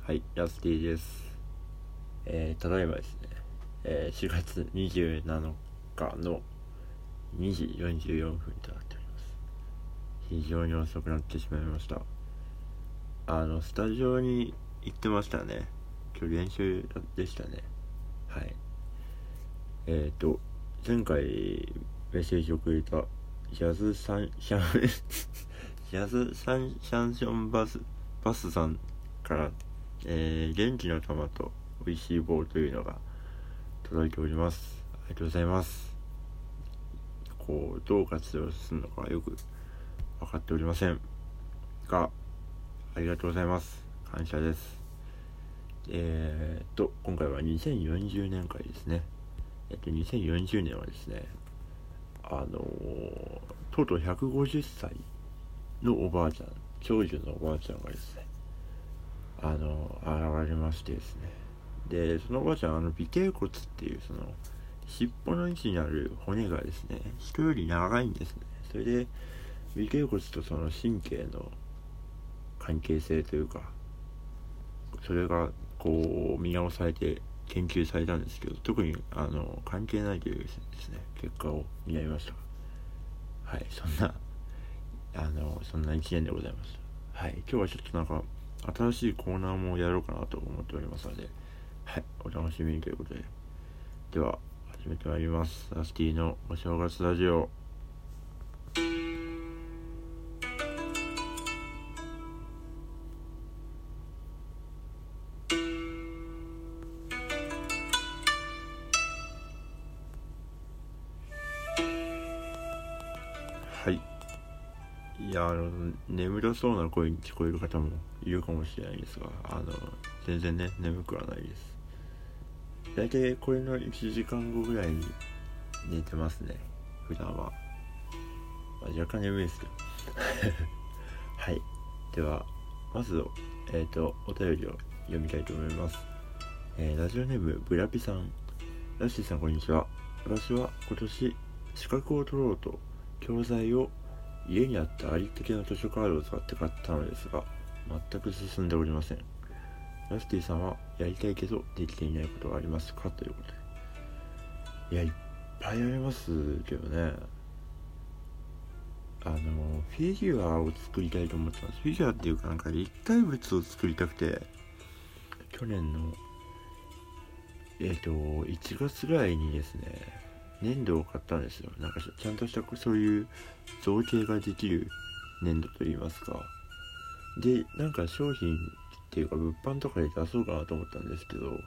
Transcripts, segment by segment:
はい、ラスティです。ただいまですね、4月27日の2時44分となっております。非常に遅くなってしまいました。スタジオに行ってましたね。今日練習でしたね。はい。前回メッセージをくれたジャズサンシャンジャズサンシャンションバスさんから元気の玉と美味しい棒というのが届いております。ありがとうございます。どう活用するのかよく分かっておりませんが、ありがとうございます。感謝です。今回は2040年回ですね。2040年はですね、とうとう150歳のおばあちゃん、長寿のおばあちゃんがですね、現れましてですね。で、そのおばあちゃん、尾てい骨っていう尻尾の位置にある骨がですね、人より長いんですね。それで、尾てい骨とその神経の関係性というか、それが見直されて研究されたんですけど、特に関係ないというですね、結果を見合いました。はい、そんな一年でございます。はい、今日はちょっと新しいコーナーもやろうかなと思っておりますので、はい、お楽しみにということで。では、始めてまいります。ラスティのお正月ラジオ。はい。いや、眠たそうな声に聞こえる方もいるかもしれないですが、全然ね、眠くはないです。大体これの1時間後ぐらいに寝てますね、普段は。若干眠いですけど。はい。では、まず、お便りを読みたいと思います。ラジオネーム、ブラピさん。ラッシーさん、こんにちは。私は今年、資格を取ろうと、教材を家にあったありったけの図書カードを使って買ったのですが、全く進んでおりません。ラスティさんはやりたいけどできていないことはありますか、ということで。いや、いっぱいありますけどね。フィギュアを作りたいと思ってます。フィギュアっていうか立体物を作りたくて、去年の1月ぐらいにですね、粘土を買ったんですよ。ちゃんとしたそういう造形ができる粘土といいますか。で、商品っていうか物販とかで出そうかなと思ったんですけど、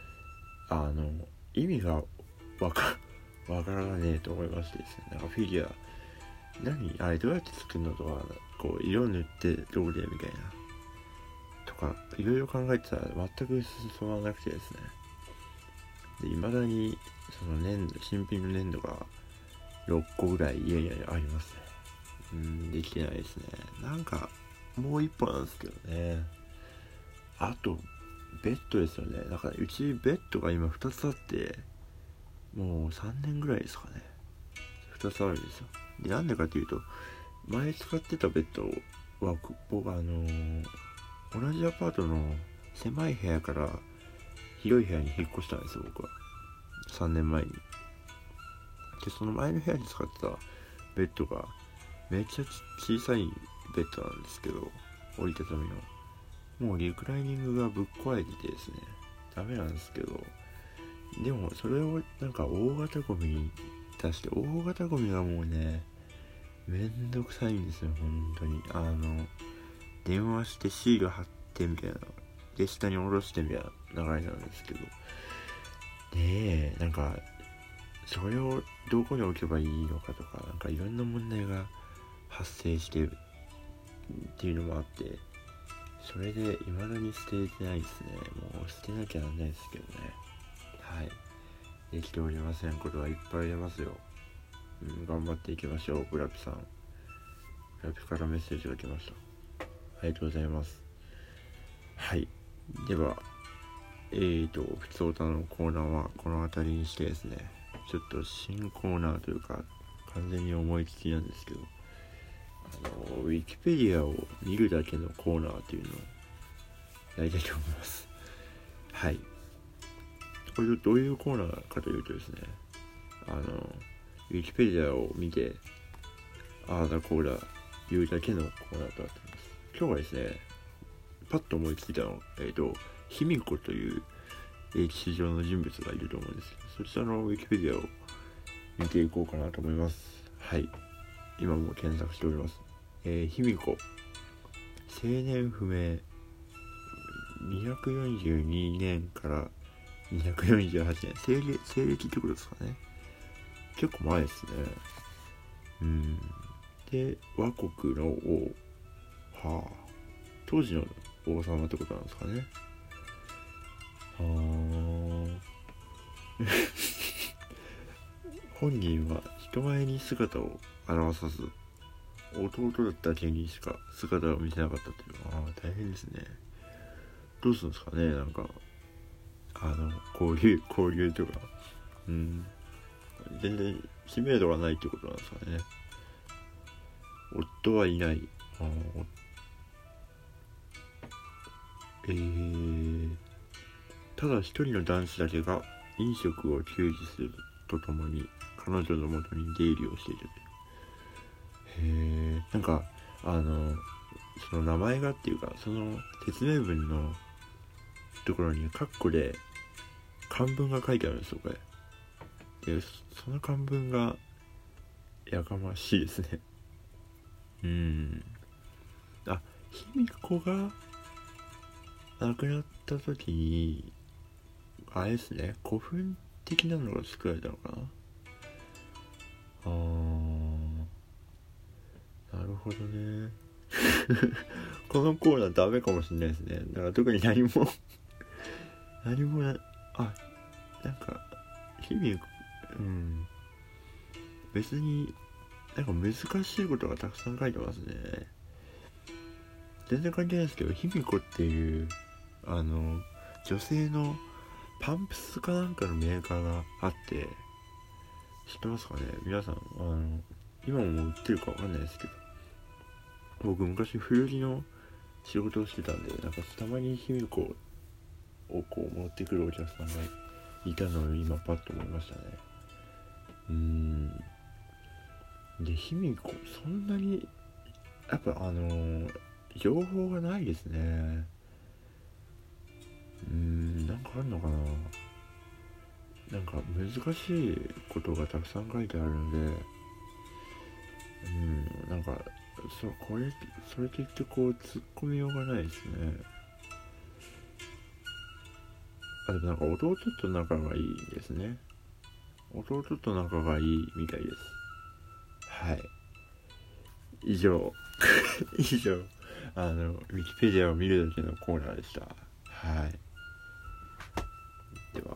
意味がわからねえと思いましてですね。フィギュアあれどうやって作るのとか、色塗ってどうでみたいなとかいろいろ考えてたら全く進まなくてですね。で、未だにその新品の粘土が6個ぐらい家にありますね。できてないですね。もう1個なんですけどね。あとベッドですよね。うちベッドが今2つあって、もう3年ぐらいですかね。2つあるんですよ。で、なんでかっていうと、前使ってたベッドは僕同じアパートの狭い部屋から広い部屋に引っ越したんですよ、僕は。3年前に。で、その前の部屋に使ってたベッドがめっちゃ小さいベッドなんですけど、折りたたみの。もうリクライニングがぶっ壊れててですね、ダメなんですけど、でもそれを大型ゴミに出して、大型ゴミがもうね、めんどくさいんですよ、本当に。電話してシール貼ってみたいな、で下に下ろしてみたいな流れなんですけど、で、それをどこに置けばいいのかとか、いろんな問題が発生してるっていうのもあって、それで未だに捨ててないですね。もう捨てなきゃなんないですけどね。はい。できておりません。ことはいっぱい出ますよ。頑張っていきましょう、ブラピさん。ブラピからメッセージが来ました。ありがとうございます。はい。では、ふつおたのコーナーはこの辺りにしてですね、ちょっと新コーナーというか、完全に思いつきなんですけど、ウィキペディアを見るだけのコーナーというのをやりたいと思います。はい。これどういうコーナーかというとですね、ウィキペディアを見てああだこうだ言うだけのコーナーとなっています。今日はですね、パッと思いついたの卑弥呼という歴史上の人物がいると思うんですけど、そちらのウィキペディアを見ていこうかなと思います。はい、今も検索しております。卑弥呼、生年不明、242年から248年、西暦ってことですかね。結構前ですね。で、倭国の王、当時の王様ってことなんですかね。本人は人前に姿を現さず、弟だったけにしか姿を見せなかったという。大変ですね。どうするんですかね。なんか交流とか、全然知名度がないってことなんですかね。夫はいない。ただ一人の男子だけが飲食を給仕するとともに彼女のもとに出入りをしている。なんかその名前がっていうか、その説明文のところにカッコで漢文が書いてあるんですよ、これ。でその漢文がやかましいですね。卑弥呼が亡くなった時にあれですね、古墳的なのが作られたのかな。なるほどね。このコーナーダメかもしれないですね。だから特に何もなんか日々別になんか難しいことがたくさん書いてますね。全然関係ないですけど、卑弥呼っていう女性のパンプスかなんかのメーカーがあって、知ってますかね皆さん。今も売ってるかわかんないですけど、僕昔古着の仕事をしてたんで、なんかたまに卑弥呼をこう持ってくるお客さんがいたのを今パッと思いましたね。で、卑弥呼そんなにやっぱ情報がないですね。なんかあるのかな。なんか難しいことがたくさん書いてあるので、なんかそれといってこう突っ込みようがないですね。でもなんか弟と仲がいいですね。弟と仲がいいみたいです。はい。以上ウィキペディアを見るだけのコーナーでした。はい。では。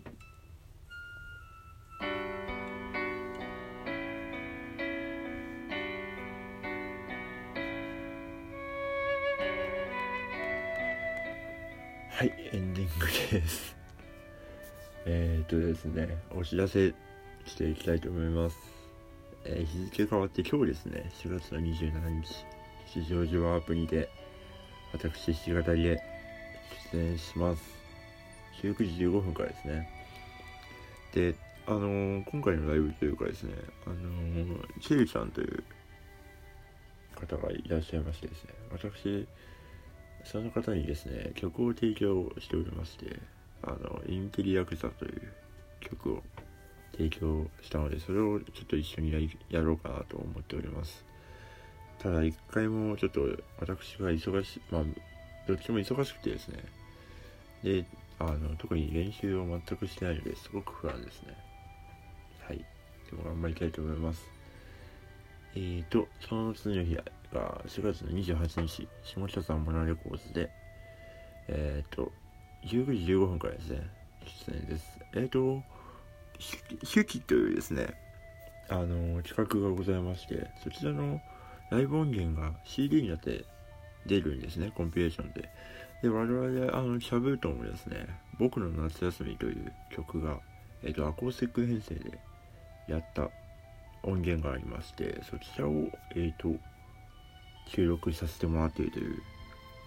はい、エンディングです。ですね、お知らせしていきたいと思います。日付変わって今日ですね、4月の27日、吉祥寺ワープにて、私、弾き語りで出演します。19時15分からですね。で、今回のライブというかですね、チェルちゃんという方がいらっしゃいましてですね、私、その方にですね、曲を提供しておりまして、インテリヤクザという曲を提供したので、それをちょっと一緒にやろうかなと思っております。ただ一回もちょっと私が忙しい、どっちも忙しくてですね、で特に練習を全くしてないのですごく不安ですね。はい、でも頑張りたいと思います。その次の日が4月の28日、下北沢モナレコーズで19時15分からですね、出演です。手記というですね、企画がございまして、そちらのライブ音源が CD になって出るんですね、コンピレーションで。で、我々シャブートンもですね、僕の夏休みという曲がアコースティック編成でやった音源がありまして、そちらを収録させてもらっているという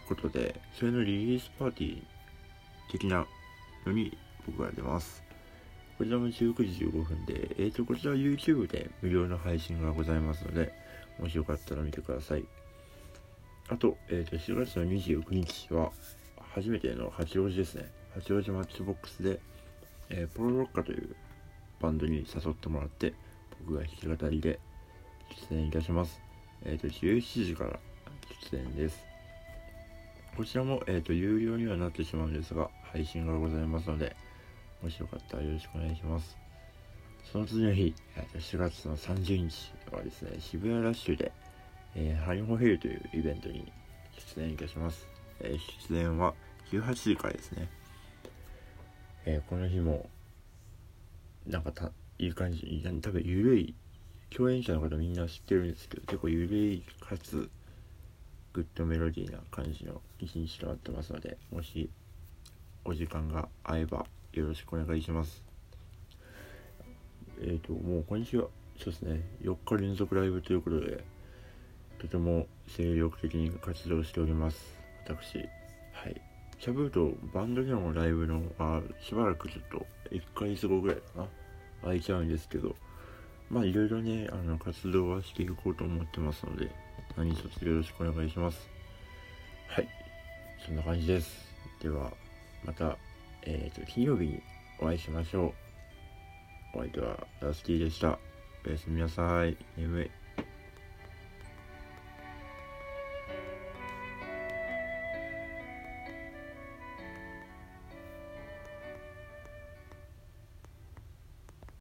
ことで、それのリリースパーティー的なのに僕が出ます。こちらも19時15分で、こちらは YouTube で無料の配信がございますので、もしよかったら見てください。あと、4月の29日は初めての八王子ですね。八王子マッチボックスで、ポロロッカというバンドに誘ってもらって、僕が弾き語りで出演いたします。17時から出演です。こちらも、有料にはなってしまうんですが、配信がございますので、もしよかったらよろしくお願いします。その次の日、4月の30日はですね、渋谷ラッシュで、ハニホヘルというイベントに出演いたします。出演は18時からですね。この日もなんかいい感じ、多分ゆるい、共演者の方みんな知ってるんですけど、結構ゆるいかつグッドメロディーな感じの一日となってますので、もしお時間が合えばよろしくお願いします。もう今週はそうですね、4日連続ライブということで、とても精力的に活動しております。私、はい。シャブーとバンドでのライブのはしばらくちょっと1ヶ月後ぐらいかな、空いちゃうんですけど、まあいろいろね、活動はしていこうと思ってますので、何卒よろしくお願いします。はい。そんな感じです。では、また、金曜日にお会いしましょう。お相手はラスティでした。おやすみなさい。眠い。